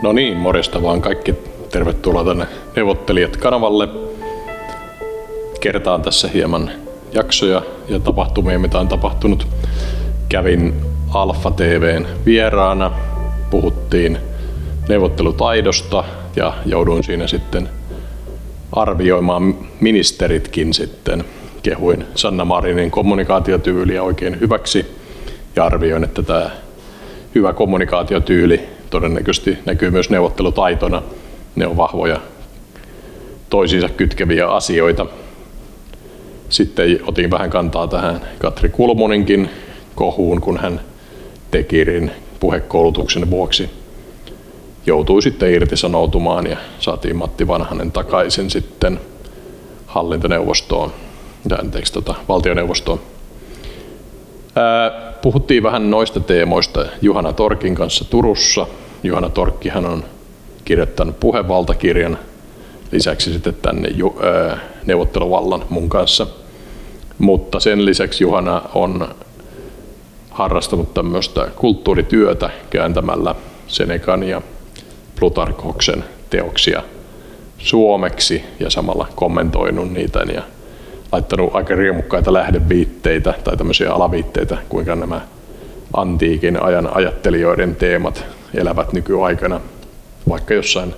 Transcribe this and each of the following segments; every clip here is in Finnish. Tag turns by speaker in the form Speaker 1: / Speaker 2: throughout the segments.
Speaker 1: No niin, morjesta vaan kaikki. Tervetuloa tänne Neuvottelijat-kanavalle. Kertaan tässä hieman jaksoja ja tapahtumia, mitä on tapahtunut. Kävin Alfa TV:n vieraana, puhuttiin neuvottelutaidosta ja jouduin siinä sitten arvioimaan ministeritkin sitten. Kehuin Sanna Marinin kommunikaatiotyyliä oikein hyväksi ja arvioin, että tämä hyvä kommunikaatiotyyli todennäköisesti näkyy myös neuvottelutaitona. Ne on vahvoja toisiinsa kytkeviä asioita. Sitten otin vähän kantaa tähän Katri Kulmuninkin kohuun, kun hän Tekirin puhekoulutuksen vuoksi joutui sitten irtisanoutumaan ja saatiin Matti Vanhanen takaisin sitten hallintoneuvostoon, valtioneuvostoon. Puhuttiin vähän noista teemoista Juhana Torkin kanssa Turussa. Juhana Torkkihan on kirjoittanut puhevaltakirjan, lisäksi sitten tänne neuvotteluvallan mun kanssa. Mutta sen lisäksi Juhana on harrastanut tämmöistä kulttuurityötä kääntämällä Senecan ja Plutarkhoksen teoksia suomeksi ja samalla kommentoinut niitä ja laittanut aika riemukkaita lähdeviitteitä tai tämmöisiä alaviitteitä, kuinka nämä antiikin ajan ajattelijoiden teemat elävät nykyaikana, vaikka jossain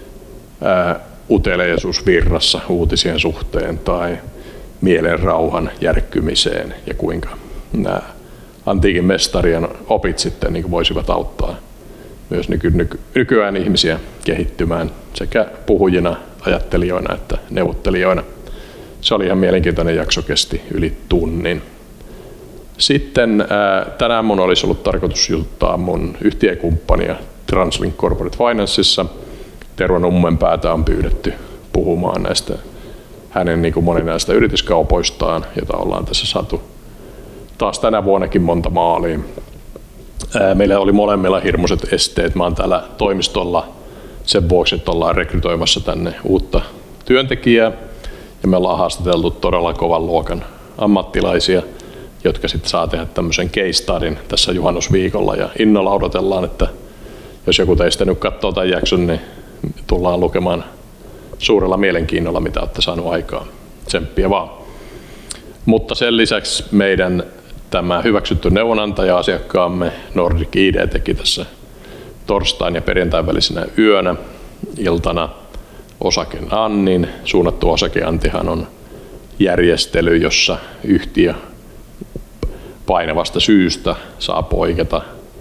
Speaker 1: uteliaisuusvirrassa uutisien suhteen tai mielen rauhan järkkymiseen ja kuinka nämä antiikin mestarien opit sitten niin voisivat auttaa myös nykyään ihmisiä kehittymään sekä puhujina, ajattelijoina että neuvottelijoina. Se oli ihan mielenkiintoinen jakso, kesti yli tunnin. Sitten tänään mun olisi ollut tarkoitus juttaa mun yhtiökumppania Translink Corporate Financeissa. Tero Nummenpäätä on pyydetty puhumaan näistä hänen niin kuin moninaista yrityskaupoistaan, jota ollaan tässä saatu taas tänä vuonnakin monta maaliin. Meillä oli molemmilla hirmuiset esteet. Mä oon täällä toimistolla sen vuoksi, että ollaan rekrytoimassa tänne uutta työntekijää. Ja me ollaan haastateltu todella kovan luokan ammattilaisia, jotka sitten saa tehdä tämmöisen case studyn tässä juhannusviikolla. Ja innolla odotellaan, että jos joku teistä nyt katsoo tämän jakson, niin tullaan lukemaan suurella mielenkiinnolla, mitä olette saanut aikaa. Tsemppiä vaan. Mutta sen lisäksi meidän tämä hyväksytty neuvonantaja-asiakkaamme Nordic ID teki tässä torstain ja perjantain välisenä yönä iltana osakeannin. Suunnattu osakeantihan on järjestely, jossa yhtiö painavasta syystä saa poiketa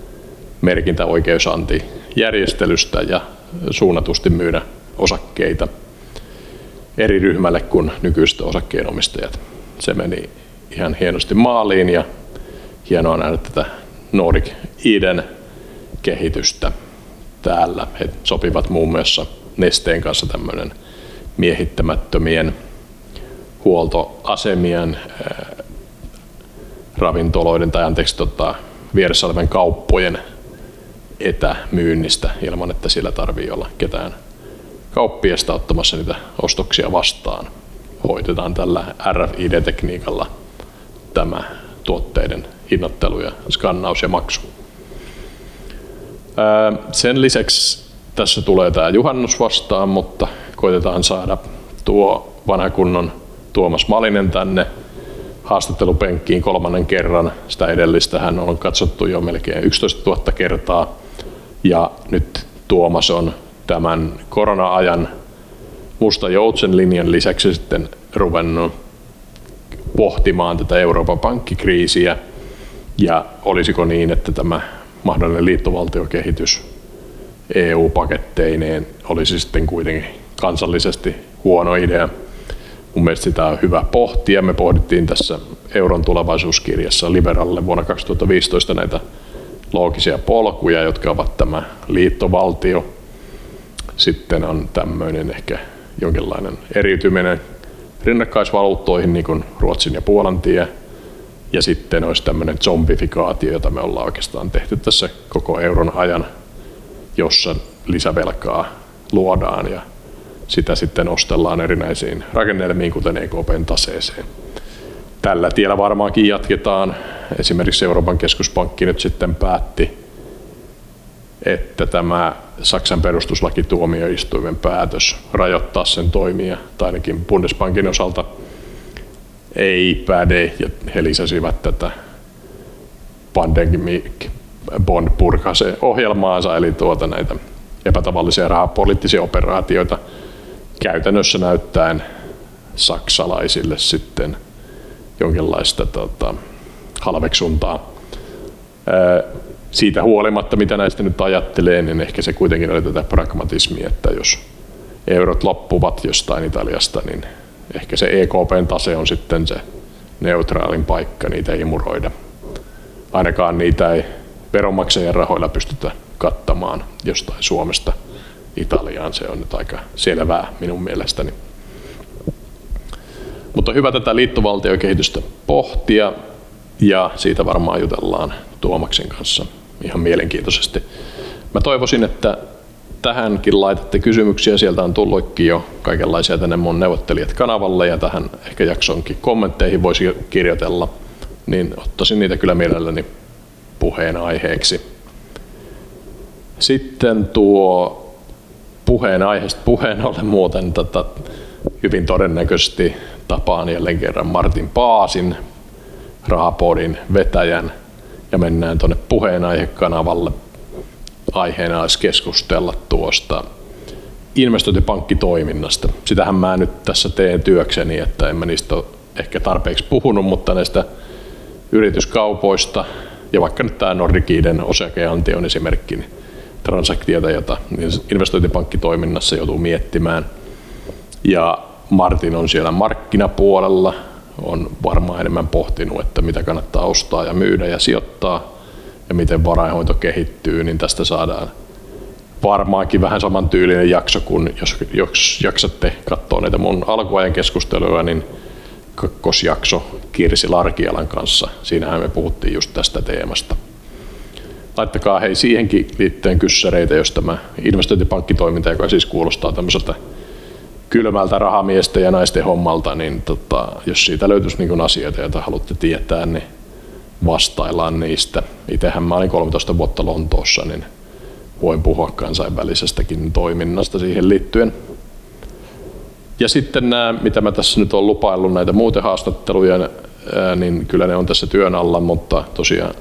Speaker 1: merkintäoikeusanti-järjestelystä ja suunnatusti myydä osakkeita eri ryhmälle kuin nykyiset osakkeenomistajat. Se meni ihan hienosti maaliin ja hienoa nähdä tätä Nordic ID:n kehitystä täällä. He sopivat muun muassa Nesteen kanssa tämmöinen miehittämättömien huoltoasemien ravintoloiden vieressä olevien kauppojen etämyynnistä ilman, että sillä tarvii olla ketään kauppiasta ottamassa niitä ostoksia vastaan. Hoitetaan tällä RFID-tekniikalla tämä tuotteiden hinnoittelu ja skannaus ja maksu. Sen lisäksi tässä tulee tämä juhannus vastaan, mutta koitetaan saada tuo vanha kunnon Tuomas Malinen tänne haastattelupenkkiin 3. kerran. Sitä edellistä hän on katsottu jo melkein 11 000 kertaa. Ja nyt Tuomas on tämän korona-ajan musta joutsen linjan lisäksi sitten ruvennut pohtimaan tätä Euroopan pankkikriisiä ja olisiko niin, että tämä mahdollinen liittovaltiokehitys EU-paketteineen olisi sitten kuitenkin kansallisesti huono idea. Mun mielestä sitä on hyvä pohtia. Me pohdittiin tässä Euron tulevaisuuskirjassa Liberalille vuonna 2015 näitä loogisia polkuja, jotka ovat tämä liittovaltio. Sitten on tämmöinen ehkä jonkinlainen eriytyminen rinnakkaisvaluuttoihin, niin kuin Ruotsin ja Puolan tie. Ja sitten olisi tämmöinen zombifikaatio, jota me ollaan oikeastaan tehty tässä koko euron ajan, jossa lisävelkaa luodaan ja sitä sitten ostellaan erinäisiin rakennelmiin, kuten EKP:n taseeseen. Tällä tiellä varmaankin jatketaan. Esimerkiksi Euroopan keskuspankki nyt sitten päätti että tämä Saksan perustuslakituomioistuimen päätös rajoittaa sen toimia, tai ainakin Bundesbankin osalta ei päde, ja he lisäsivät tätä Pandemic Bond Purchase ohjelmaansa, eli näitä epätavallisia rahapoliittisia operaatioita käytännössä näyttäen saksalaisille sitten jonkinlaista halveksuntaa. Siitä huolimatta, mitä näistä nyt ajattelee, niin ehkä se kuitenkin oli tätä pragmatismia, että jos eurot loppuvat jostain Italiasta, niin ehkä se EKPn tase on sitten se neutraalin paikka, niitä ei imuroida. Ainakaan niitä ei veronmaksajien rahoilla pystytä kattamaan jostain Suomesta Italiaan, se on nyt aika selvää minun mielestäni. Mutta hyvä tätä liittovaltiokehitystä pohtia, ja siitä varmaan jutellaan Tuomaksen kanssa ihan mielenkiintoisesti. Mä toivoisin, että tähänkin laitatte kysymyksiä, sieltä on tullutkin jo kaikenlaisia tänne mun neuvottelijat kanavalle, ja tähän ehkä jaksonkin kommentteihin voisi kirjoitella, niin ottaisin niitä kyllä mielelläni puheenaiheeksi. Sitten tuo puheenaiheesta puheen ollen muuten hyvin todennäköisesti tapaan jälleen kerran Martin Paasin, Rahapodin vetäjän, ja mennään tuonne puheenaihekanavalle. Aiheena olisi keskustella tuosta investointipankkitoiminnasta. Sitähän mä nyt tässä teen työkseni, että en mä niistä ole ehkä tarpeeksi puhunut, mutta näistä yrityskaupoista, ja vaikka nyt tämä Nordiciden osakeanti on esimerkki transaktioita, jota investointipankkitoiminnassa joutuu miettimään. Ja Martin on siellä markkinapuolella, on varmaan enemmän pohtinut, että mitä kannattaa ostaa ja myydä ja sijoittaa ja miten varainhoito kehittyy, niin tästä saadaan varmaankin vähän samantyylinen jakso, kuin jos jaksatte katsoa näitä mun alkuajan keskusteluja, niin kakkosjakso Kirsi Larkialan kanssa. Siinähän me puhuttiin just tästä teemasta. Laittakaa hei siihenkin liittyen kyssäreitä, jos tämä investointipankkitoiminta, joka siis kuulostaa tämmöiseltä kylmältä rahamiesten ja naisten hommalta, niin jos siitä löytyisi niin asioita, joita haluatte tietää, niin vastaillaan niistä. Itsehän mä olin 13 vuotta Lontoossa, niin voin puhua kansainvälisestäkin toiminnasta siihen liittyen. Ja sitten nämä, mitä mä tässä nyt olen lupaillut, näitä muuten haastatteluja, niin kyllä ne on tässä työn alla, mutta tosiaan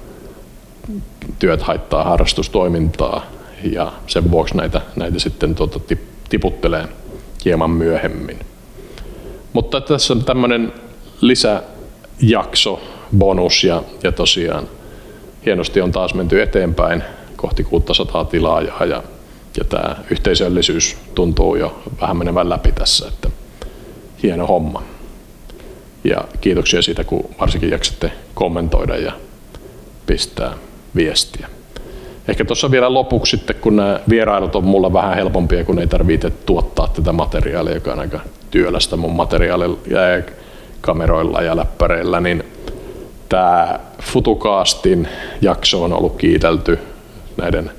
Speaker 1: työt haittaa harrastustoimintaa, ja sen vuoksi näitä sitten tiputtelee hieman myöhemmin. Mutta tässä on tämmöinen lisäjakso, bonus, ja tosiaan hienosti on taas menty eteenpäin kohti 600 tilaajaa, ja tämä yhteisöllisyys tuntuu jo vähän menevän läpi tässä, että hieno homma. Ja kiitoksia siitä, kun varsinkin jaksatte kommentoida ja pistää viestiä. Ehkä tuossa vielä lopuksi sitten, kun nämä vierailut on mulla vähän helpompia, kun ei tarvitse tuottaa tätä materiaalia, joka on aika työlästä mun materiaalilla ja kameroilla ja läppäreillä, niin tämä FutuCastin jakso on ollut kiitelty näiden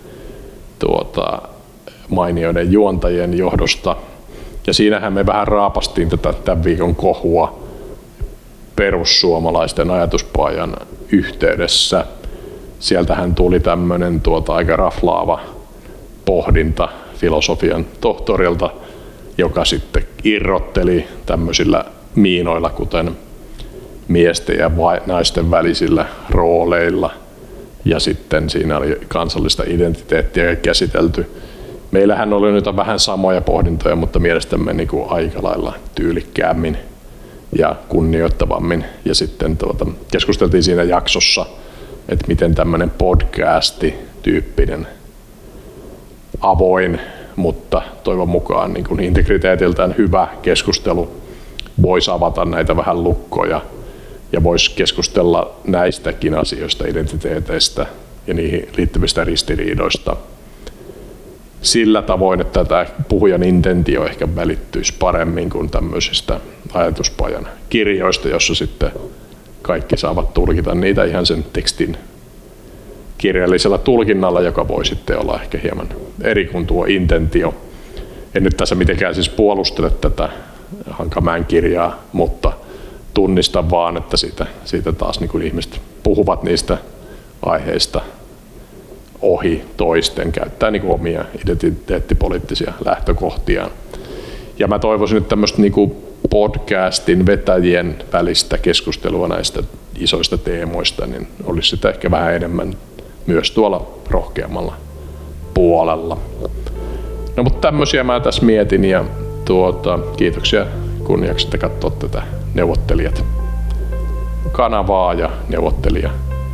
Speaker 1: mainioiden juontajien johdosta. Ja siinähän me vähän raapastiin tämän viikon kohua perussuomalaisten ajatuspajan yhteydessä. Sieltähän tuli tämmöinen aika raflaava pohdinta filosofian tohtorilta, joka sitten irrotteli tämmöisillä miinoilla, kuten miesten ja naisten välisillä rooleilla. Ja sitten siinä oli kansallista identiteettiä käsitelty. Meillähän oli nyt vähän samoja pohdintoja, mutta mielestämme niin kuin aika lailla tyylikkäämmin ja kunnioittavammin. Ja sitten keskusteltiin siinä jaksossa, että miten tämmöinen podcasti-tyyppinen avoin, mutta toivon mukaan niin kuin integriteetiltään hyvä keskustelu voisi avata näitä vähän lukkoja ja voisi keskustella näistäkin asioista, identiteeteistä ja niihin liittyvistä ristiriidoista sillä tavoin, että tämä puhujan intentio ehkä välittyisi paremmin kuin tämmöisistä ajatuspajan kirjoista, jossa sitten kaikki saavat tulkita niitä ihan sen tekstin kirjallisella tulkinnalla, joka voi sitten olla ehkä hieman eri kuin tuo intentio. En nyt tässä mitenkään siis puolustele tätä Hankamäen kirjaa, mutta tunnistan vaan, että siitä taas niin kuin ihmiset puhuvat niistä aiheista ohi toisten, käyttää niin kuin omia identiteettipoliittisia lähtökohtiaan. Ja mä toivoisin nyt tämmöistä niin kuin podcastin vetäjien välistä keskustelua näistä isoista teemoista, niin olisi sitä ehkä vähän enemmän myös tuolla rohkeammalla puolella. No mutta tämmöisiä mä tässä mietin ja kiitoksia kun jaksitte katsoa tätä Neuvottelijat kanavaa ja Neuvottelija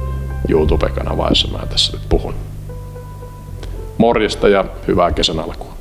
Speaker 1: YouTube-kanavaa, jossa mä tässä nyt puhun. Morjesta ja hyvää kesän alkua.